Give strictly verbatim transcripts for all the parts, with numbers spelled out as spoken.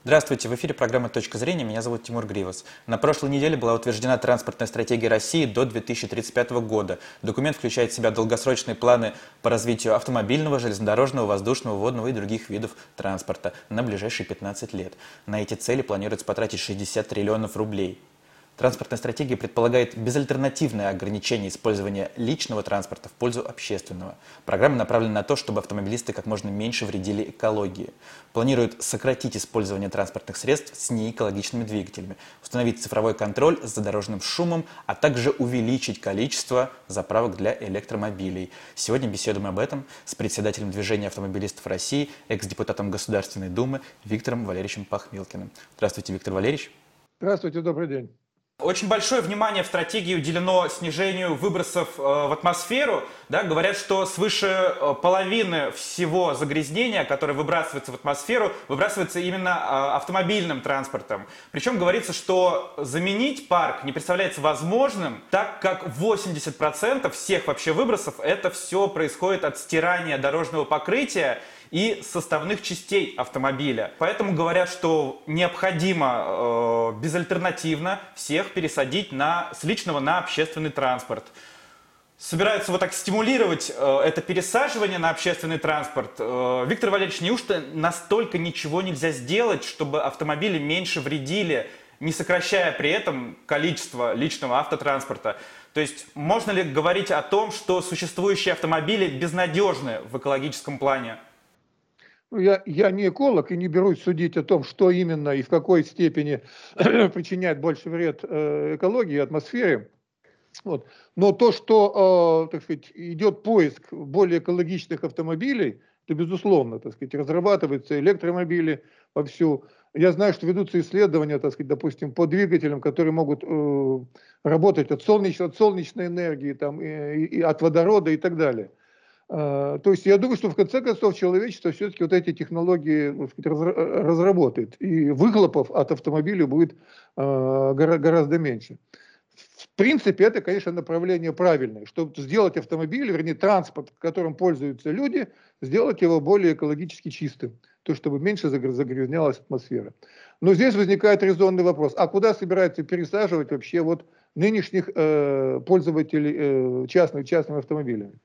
Здравствуйте, в эфире программа «Точка зрения», меня зовут Тимур Гривас. На прошлой неделе была утверждена транспортная стратегия России до две тысячи тридцать пятого года. Документ включает в себя долгосрочные планы по развитию автомобильного, железнодорожного, воздушного, водного и других видов транспорта на ближайшие пятнадцать лет. На эти цели планируется потратить шестьдесят триллионов рублей. Транспортная стратегия предполагает безальтернативное ограничение использования личного транспорта в пользу общественного. Программа направлена на то, чтобы автомобилисты как можно меньше вредили экологии. Планируют сократить использование транспортных средств с неэкологичными двигателями, установить цифровой контроль за дорожным шумом, а также увеличить количество заправок для электромобилей. Сегодня беседуем об этом с председателем движения автомобилистов России, экс-депутатом Государственной Думы Виктором Валерьевичем Пахмилкиным. Здравствуйте, Виктор Валерьевич. Здравствуйте, добрый день. Очень большое внимание в стратегии уделено снижению выбросов э, в атмосферу. Да, говорят, что свыше э, половины всего загрязнения, которое выбрасывается в атмосферу, выбрасывается именно э, автомобильным транспортом. Причем говорится, что заменить парк не представляется возможным, так как восемьдесят процентов всех вообще выбросов это все происходит от стирания дорожного покрытия и составных частей автомобиля. Поэтому говорят, что необходимо э, безальтернативно всех пересадить на, с личного на общественный транспорт. Собираются вот так стимулировать э, это пересаживание на общественный транспорт. Э, Виктор Валерьевич, неужто настолько ничего нельзя сделать, чтобы автомобили меньше вредили, не сокращая при этом количество личного автотранспорта? То есть можно ли говорить о том, что существующие автомобили безнадежны в экологическом плане? Я, я не эколог и не берусь судить о том, что именно и в какой степени причиняет больше вред э, экологии и атмосфере. Вот. Но то, что э, так сказать, идет поиск более экологичных автомобилей, то безусловно, так сказать, разрабатываются электромобили вовсю. Я знаю, что ведутся исследования, так сказать, допустим, по двигателям, которые могут э, работать от солнечной, от солнечной энергии, там, и, и от водорода и так далее. То есть я думаю, что в конце концов человечество все-таки вот эти технологии, так сказать, разработает, и выхлопов от автомобиля будет гораздо меньше. В принципе, это, конечно, направление правильное, чтобы сделать автомобиль, вернее, транспорт, которым пользуются люди, сделать его более экологически чистым, то, чтобы меньше загрязнялась атмосфера. Но здесь возникает резонный вопрос, а куда собираются пересаживать вообще вот нынешних э, пользователей э, частных, частными автомобилями?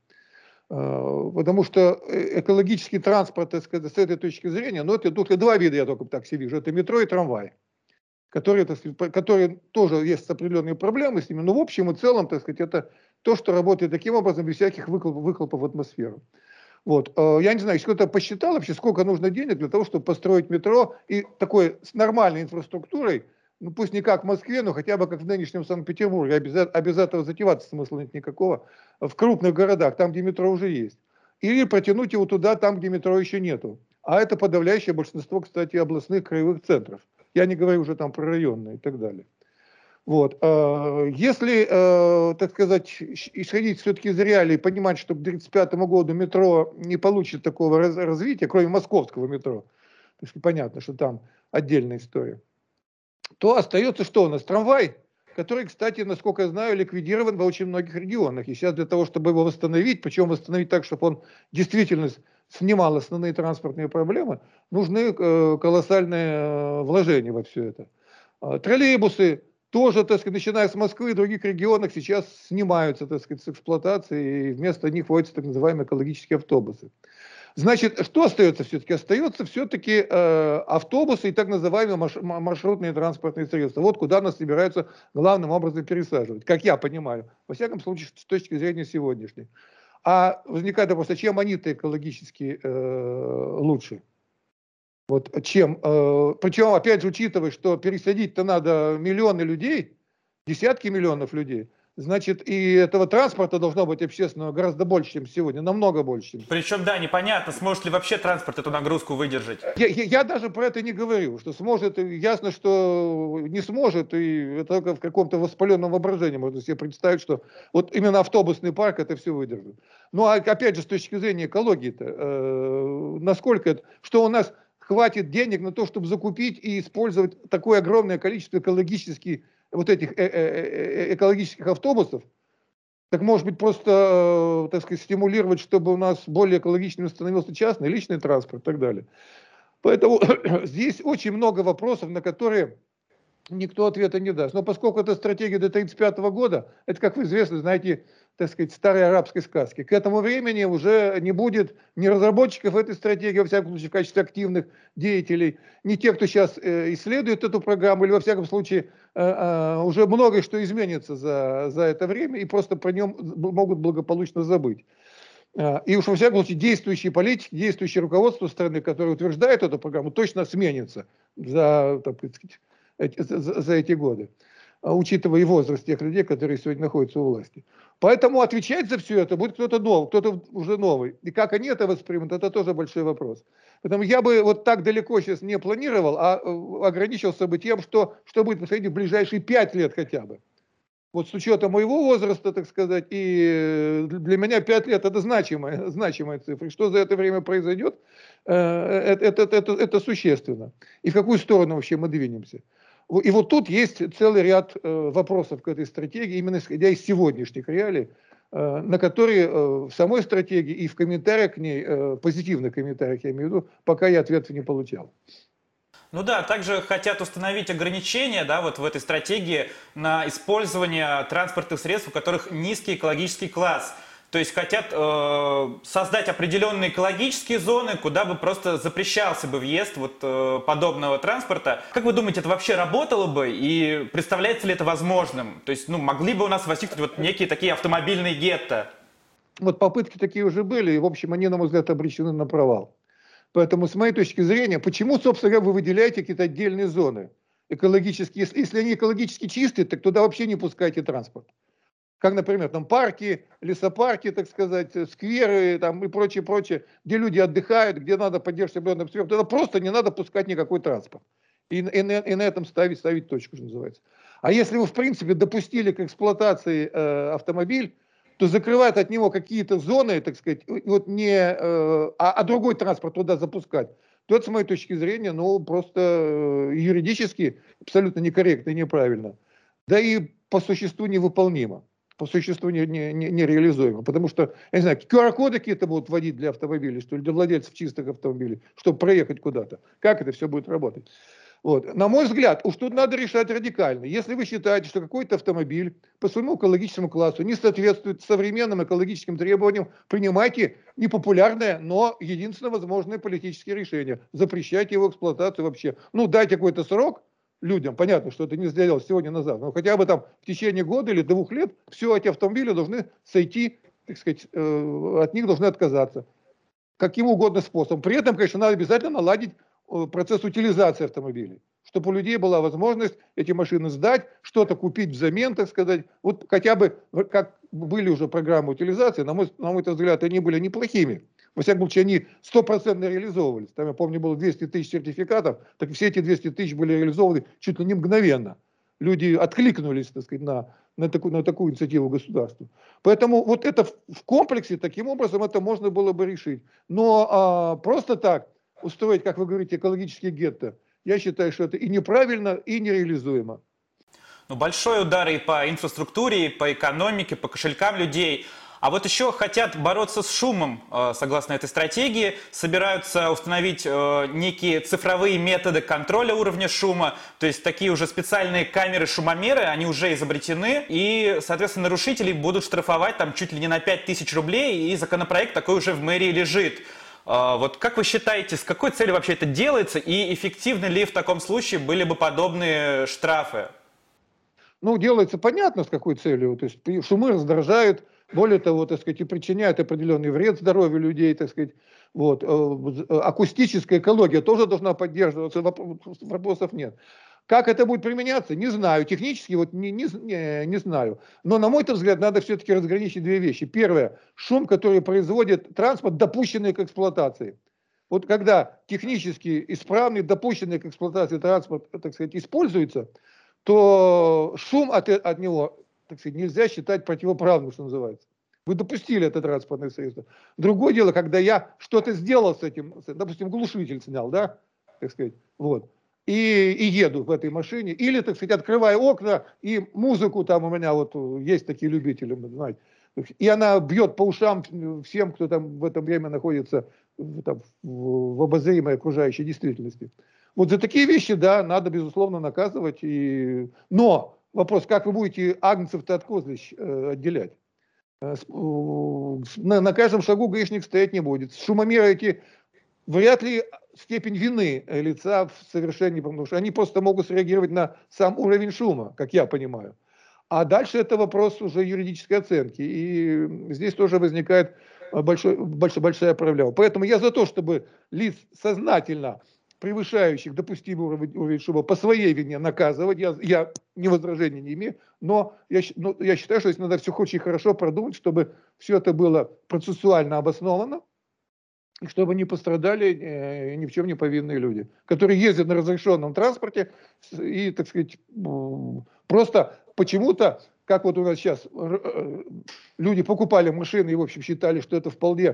Потому что экологический транспорт, так сказать, с этой точки зрения, ну, это только два вида, я только так себе вижу, это метро и трамвай, которые, так сказать, которые тоже есть определенные проблемы с ними, но в общем и целом, так сказать, это то, что работает таким образом без всяких выхлопов, выхлопов в атмосферу. Вот. Я не знаю, если кто-то посчитал вообще, сколько нужно денег для того, чтобы построить метро и такой с нормальной инфраструктурой, ну пусть не как в Москве, но хотя бы как в нынешнем Санкт-Петербурге, а без, а без этого затеваться смысла нет никакого, в крупных городах, там, где метро уже есть. Или протянуть его туда, там, где метро еще нету. А это подавляющее большинство, кстати, областных краевых центров. Я не говорю уже там про районные и так далее. Вот. Если, так сказать, исходить все-таки из реалий, понимать, что к две тысячи тридцать пятому году метро не получит такого развития, кроме московского метро, потому что понятно, что там отдельная история, то остается что у нас? Трамвай, который, кстати, насколько я знаю, ликвидирован во очень многих регионах. И сейчас для того, чтобы его восстановить, причем восстановить так, чтобы он действительно снимал основные транспортные проблемы, нужны э, колоссальные э, вложения во все это. А, троллейбусы тоже, так сказать, начиная с Москвы и других регионах, сейчас снимаются, так сказать, с эксплуатации, и вместо них вводятся так называемые экологические автобусы. Значит, что остается все-таки? Остается все-таки э, автобусы и так называемые маршрутные транспортные средства. Вот куда нас собираются главным образом пересаживать, как я понимаю. Во всяком случае, с точки зрения сегодняшней. А возникает вопрос, а чем они-то экологически э, лучше? Вот чем? Э, причем, опять же, учитывая, что пересадить-то надо миллионы людей, десятки миллионов людей. Значит, и этого транспорта должно быть общественного гораздо больше, чем сегодня, намного больше. Чем... Причем, да, непонятно, сможет ли вообще транспорт эту нагрузку выдержать. Я, я, я даже про это не говорю, что сможет, ясно, что не сможет, и это только в каком-то воспаленном воображении можно себе представить, что вот именно автобусный парк это все выдержит. Ну, а опять же, с точки зрения экологии-то, э, насколько это, что у нас хватит денег на то, чтобы закупить и использовать такое огромное количество экологических вот этих э -э -э экологических автобусов, так может быть просто, так сказать, стимулировать, чтобы у нас более экологичным становился частный, личный транспорт и так далее. Поэтому здесь очень много вопросов, на которые никто ответа не даст. Но поскольку это стратегия до тридцать пятого года, это, как вы известно, знаете, так сказать, старой арабской сказки. К этому времени уже не будет ни разработчиков этой стратегии, во всяком случае, в качестве активных деятелей, ни тех, кто сейчас э, исследует эту программу, или, во всяком случае, э, э, уже многое что изменится за, за это время, и просто про нем могут благополучно забыть. И уж во всяком случае действующие политики, действующее руководство страны, которое утверждает эту программу, точно сменится за, так сказать, эти, за, за эти годы, учитывая и возраст тех людей, которые сегодня находятся у власти. Поэтому отвечать за все это будет кто-то новый, кто-то уже новый. И как они это воспримут, это тоже большой вопрос. Поэтому я бы вот так далеко сейчас не планировал, а ограничился бы тем, что, что будет происходить в ближайшие пять лет хотя бы. Вот с учетом моего возраста, так сказать, и для меня пять лет это значимая, значимая цифра. И что за это время произойдет, это, это, это, это существенно. И в какую сторону вообще мы двинемся. И вот тут есть целый ряд вопросов к этой стратегии, именно исходя из сегодняшних реалий, на которые в самой стратегии и в комментариях к ней, позитивных комментариях, я имею в виду, пока я ответов не получал. Ну да, также хотят установить ограничения, да, вот в этой стратегии на использование транспортных средств, у которых низкий экологический класс. То есть хотят э, создать определенные экологические зоны, куда бы просто запрещался бы въезд вот э, подобного транспорта. Как вы думаете, это вообще работало бы и представляется ли это возможным? То есть, ну, могли бы у нас возникнуть вот некие такие автомобильные гетто? Вот попытки такие уже были, и, в общем, они, на мой взгляд, обречены на провал. Поэтому, с моей точки зрения, почему, собственно говоря, вы выделяете какие-то отдельные зоны экологические? Если, если они экологически чистые, так туда вообще не пускайте транспорт. Как, например, там парки, лесопарки, так сказать, скверы там, и прочее, прочее, где люди отдыхают, где надо поддерживать определенную обстановку. Туда просто не надо пускать никакой транспорт. И, и, и на этом ставить, ставить точку, что называется. А если вы, в принципе, допустили к эксплуатации э, автомобиль, то закрывают от него какие-то зоны, так сказать, вот не, э, а, а другой транспорт туда запускать, то это, с моей точки зрения, ну, просто э, юридически абсолютно некорректно и неправильно. Да и по существу невыполнимо, по существу нереализуемо. Не, не, не потому что, я не знаю, ку ар коды какие-то будут вводить для автомобилей, что ли, для владельцев чистых автомобилей, чтобы проехать куда-то. Как это все будет работать? Вот. На мой взгляд, уж тут надо решать радикально. Если вы считаете, что какой-то автомобиль по своему экологическому классу не соответствует современным экологическим требованиям, принимайте непопулярное, но единственно возможное политическое решение. Запрещайте его эксплуатацию вообще. Ну, дайте какой-то срок людям. Понятно, что это не сделал сегодня назад, но хотя бы там в течение года или двух лет все эти автомобили должны сойти, так сказать, э, от них должны отказаться. Каким угодно способом. При этом, конечно, надо обязательно наладить процесс утилизации автомобилей, чтобы у людей была возможность эти машины сдать, что-то купить взамен, так сказать. Вот хотя бы, как были уже программы утилизации, на мой, на мой взгляд, они были неплохими. Во всяком случае, они стопроцентно реализовывались. Там, я помню, было двести тысяч сертификатов, так все эти двести тысяч были реализованы чуть ли не мгновенно. Люди откликнулись, так сказать, на, на, такую, на такую инициативу государства. Поэтому вот это в, в комплексе, таким образом, это можно было бы решить. Но а, просто так устроить, как вы говорите, экологические гетто, я считаю, что это и неправильно, и нереализуемо. Ну, большой удар и по инфраструктуре, и по экономике, по кошелькам людей. А вот еще хотят бороться с шумом, согласно этой стратегии, собираются установить некие цифровые методы контроля уровня шума, то есть такие уже специальные камеры-шумомеры, они уже изобретены, и, соответственно, нарушителей будут штрафовать там чуть ли не на пять тысяч рублей, и законопроект такой уже в мэрии лежит. Вот как вы считаете, с какой целью вообще это делается, и эффективны ли в таком случае были бы подобные штрафы? Ну, делается понятно, с какой целью. То есть шумы раздражают, более того, так сказать, и причиняют определенный вред здоровью людей, так сказать. Вот. Акустическая экология тоже должна поддерживаться, вопросов нет. Как это будет применяться, не знаю. Технически вот не, не, не, не знаю. Но, на мой взгляд, надо все-таки разграничить две вещи. Первое, шум, который производит транспорт, допущенный к эксплуатации. Вот когда технически исправный, допущенный к эксплуатации транспорт, так сказать, используется, то шум от, от него, так сказать, нельзя считать противоправным, что называется. Вы допустили это транспортное средство. Другое дело, когда я что-то сделал с этим, допустим, глушитель снял, да, так сказать, вот. И, и еду в этой машине, или, так сказать, открываю окна, и музыку там у меня вот есть такие любители, знаете, и она бьет по ушам всем, кто там в это время находится в, там, в, в обозримой окружающей действительности. Вот за такие вещи, да, надо, безусловно, наказывать. И... Но вопрос, как вы будете агнцев-то от козлищ э, отделять? Э, с- э, на, на каждом шагу гаишник стоять не будет. Шумомеры эти вряд ли степень вины э, лица в совершении, потому что они просто могут среагировать на сам уровень шума, как я понимаю. А дальше это вопрос уже юридической оценки. И здесь тоже возникает э, большой, большой, большая проблема. Поэтому я за то, чтобы лиц сознательно превышающих допустимый уровень, уровень шума по своей вине наказывать. Я, я ни возражений не имею, но я, но я считаю, что здесь надо все очень хорошо продумать, чтобы все это было процессуально обосновано, и чтобы не пострадали э, ни в чем не повинные люди, которые ездят на разрешенном транспорте и, так сказать, просто почему-то, как вот у нас сейчас э, люди покупали машины и, в общем, считали, что это вполне,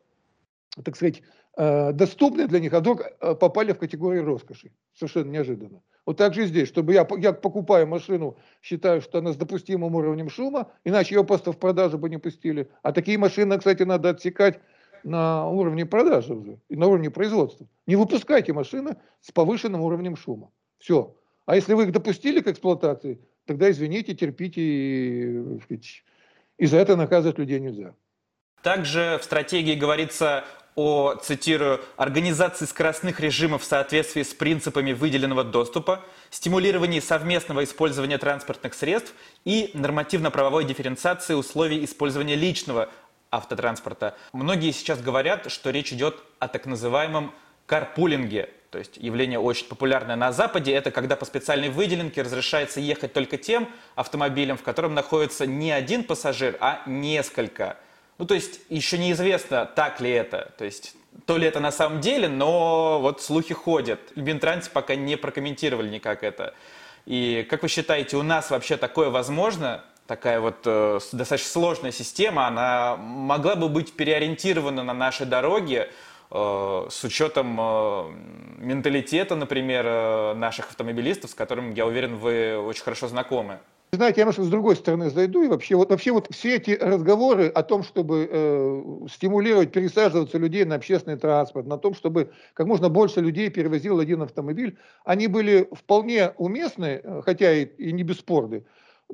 так сказать, э, доступны для них, а вдруг э, попали в категорию роскоши. Совершенно неожиданно. Вот так же и здесь, чтобы я, я покупаю машину, считаю, что она с допустимым уровнем шума, иначе ее просто в продажу бы не пустили. А такие машины, кстати, надо отсекать на уровне продажи уже, и на уровне производства. Не выпускайте машины с повышенным уровнем шума. Все. А если вы их допустили к эксплуатации, тогда извините, терпите, и, сказать, и за это наказывать людей нельзя. Также в стратегии говорится о, цитирую, организации скоростных режимов в соответствии с принципами выделенного доступа, стимулировании совместного использования транспортных средств и нормативно-правовой дифференциации условий использования личного автотранспорта. Многие сейчас говорят, что речь идет о так называемом карпулинге. То есть явление очень популярное на Западе. Это когда по специальной выделенке разрешается ехать только тем автомобилем, в котором находится не один пассажир, а несколько. Ну, то есть еще неизвестно, так ли это. То есть то ли это на самом деле, но вот слухи ходят. В Минтрансе пока не прокомментировали никак это. И как вы считаете, у нас вообще такое возможно? Такая вот э, достаточно сложная система, она могла бы быть переориентирована на наши дороги э, с учетом э, менталитета, например, э, наших автомобилистов, с которым, я уверен, вы очень хорошо знакомы. Знаете, я, может, с другой стороны зайду, и вообще вот, вообще вот все эти разговоры о том, чтобы э, стимулировать пересаживаться людей на общественный транспорт, на том, чтобы как можно больше людей перевозил один автомобиль, они были вполне уместны, хотя и, и не бесспорны,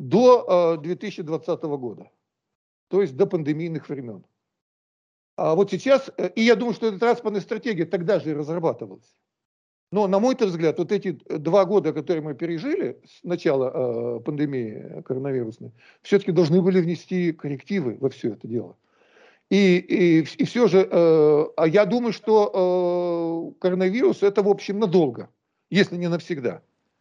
до э, две тысячи двадцатого года, то есть до пандемийных времен. А вот сейчас, э, и я думаю, что эта транспортная стратегия тогда же и разрабатывалась. Но, на мой взгляд, вот эти два года, которые мы пережили с начала э, пандемии коронавирусной, все-таки должны были внести коррективы во все это дело. И, и, и все же, э, а я думаю, что э, коронавирус это, в общем, надолго, если не навсегда.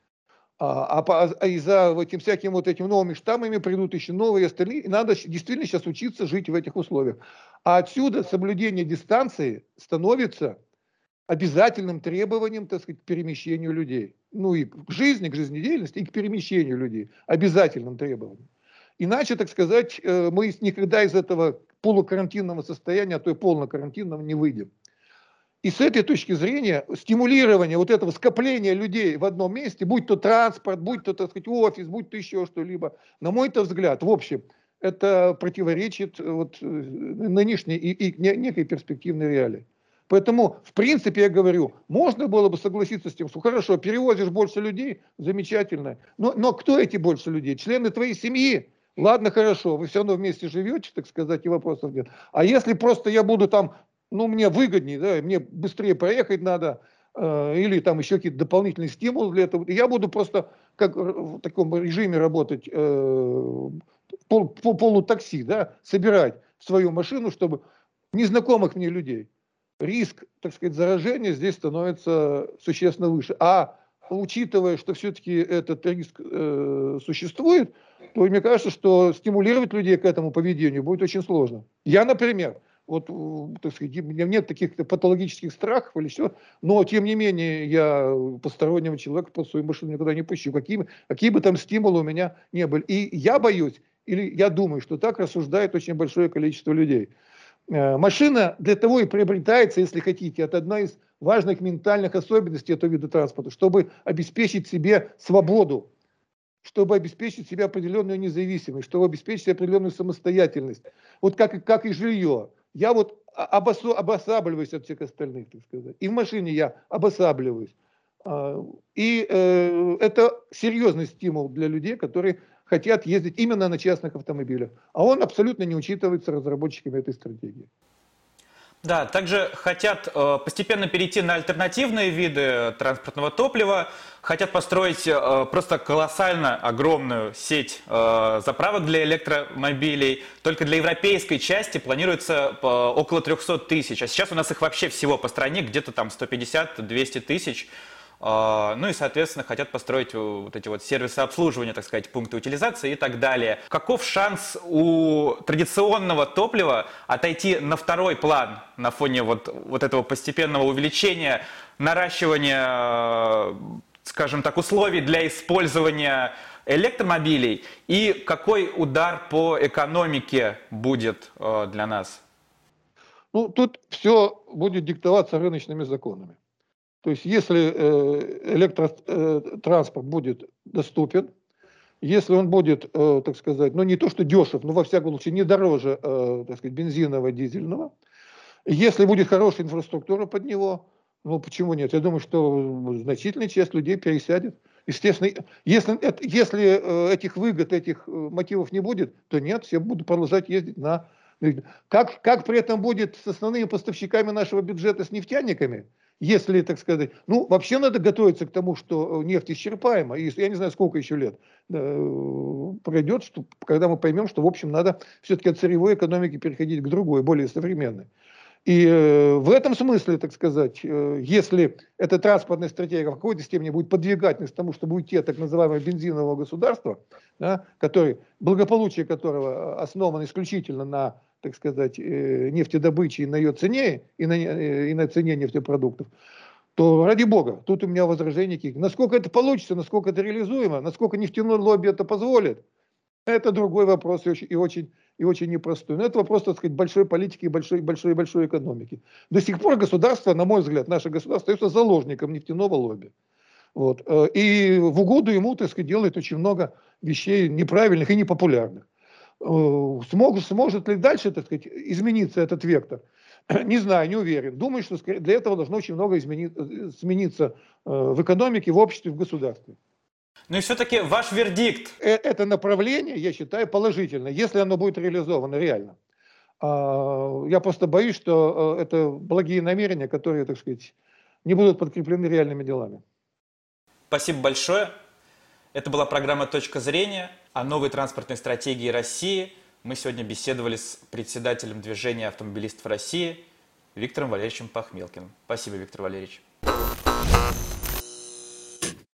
А, а, а и за этим всякими вот этими новыми штаммами придут еще новые остальные. И надо действительно сейчас учиться жить в этих условиях. А отсюда соблюдение дистанции становится обязательным требованием, так сказать, к перемещению людей. Ну и к жизни, к жизнедеятельности, и к перемещению людей. Обязательным требованием. Иначе, так сказать, мы никогда из этого полукарантинного состояния, а то и полнокарантинного не выйдем. И с этой точки зрения стимулирование вот этого скопления людей в одном месте, будь то транспорт, будь то, так сказать, офис, будь то еще что-либо, на мой взгляд, в общем, это противоречит вот нынешней и, и некой перспективной реалии. Поэтому, в принципе, я говорю, можно было бы согласиться с тем, что хорошо, перевозишь больше людей, замечательно. Но, но кто эти больше людей? Члены твоей семьи? Ладно, хорошо, вы все равно вместе живете, так сказать, и вопросов нет. А если просто я буду там, ну, мне выгоднее, да, мне быстрее проехать надо, э, или там еще какие-то дополнительные стимулы для этого, я буду просто как в таком режиме работать, э, пол, пол, полутакси, да, собирать в свою машину, чтобы незнакомых мне людей. Риск, так сказать, заражения здесь становится существенно выше. А учитывая, что все-таки этот риск э, существует, то мне кажется, что стимулировать людей к этому поведению будет очень сложно. Я, например, вот, так сказать, у меня нет таких патологических страхов или что, но тем не менее я постороннего человека под свою машину никуда не пущу, какие, какие бы там стимулы у меня не были. И я боюсь, или я думаю, что так рассуждает очень большое количество людей. Машина для того и приобретается, если хотите, это одна из важных ментальных особенностей этого вида транспорта, чтобы обеспечить себе свободу, чтобы обеспечить себе определенную независимость, чтобы обеспечить себе определенную самостоятельность. Вот как, как и жилье. Я вот обосо, обосабливаюсь от всех остальных, так сказать. И в машине я обосабливаюсь. И э, это серьезный стимул для людей, которые хотят ездить именно на частных автомобилях. А он абсолютно не учитывается разработчиками этой стратегии. Да, также хотят э, постепенно перейти на альтернативные виды транспортного топлива, хотят построить э, просто колоссально огромную сеть э, заправок для электромобилей. Только для европейской части планируется э, около трёхсот тысяч, а сейчас у нас их вообще всего по стране где-то там сто пятьдесят — двести тысяч. Ну и, соответственно, хотят построить вот эти вот сервисы обслуживания, так сказать, пункты утилизации и так далее. Каков шанс у традиционного топлива отойти на второй план на фоне вот, вот этого постепенного увеличения, наращивания, скажем так, условий для использования электромобилей? И какой удар по экономике будет для нас? Ну, тут все будет диктоваться рыночными законами. То есть, если электротранспорт будет доступен, если он будет, так сказать, ну не то что дешев, но во всяком случае не дороже, так сказать, бензинового, дизельного, если будет хорошая инфраструктура под него, ну почему нет? Я думаю, что значительная часть людей пересядет. Естественно, если, если этих выгод, этих мотивов не будет, то нет, все будут продолжать ездить на... Как, как при этом будет с основными поставщиками нашего бюджета, с нефтяниками? Если, так сказать, ну, вообще надо готовиться к тому, что нефть исчерпаема, и я не знаю, сколько еще лет э, пройдет, что, когда мы поймем, что, в общем, надо все-таки от сырьевой экономики переходить к другой, более современной. И э, в этом смысле, так сказать, э, если эта транспортная стратегия в какой-то степени будет подвигать нас к тому, чтобы уйти от так называемого бензинового государства, да, который, благополучие которого основано исключительно на, так сказать, нефтедобыче и на ее цене, и на, и на цене нефтепродуктов, то ради бога, тут у меня возражения какие. Насколько это получится, насколько это реализуемо, насколько нефтяное лобби это позволит, это другой вопрос и очень, и очень, и очень непростой. Но это вопрос, так сказать, большой политики и большой, большой, большой экономики. До сих пор государство, на мой взгляд, наше государство остается заложником нефтяного лобби. Вот. И в угоду ему, так сказать, делает очень много вещей неправильных и непопулярных. Смог, сможет ли дальше, так сказать, измениться этот вектор? Не знаю, не уверен. Думаю, что для этого должно очень много измениться в экономике, в обществе, в государстве. Ну и все-таки ваш вердикт. Это направление, я считаю, положительно, если оно будет реализовано реально. Я просто боюсь, что это благие намерения, которые, так сказать, не будут подкреплены реальными делами. Спасибо большое. Это была программа «Точка зрения» о новой транспортной стратегии России. Мы сегодня беседовали с председателем движения автомобилистов России Виктором Валерьевичем Пахмелкиным. Спасибо, Виктор Валерьевич.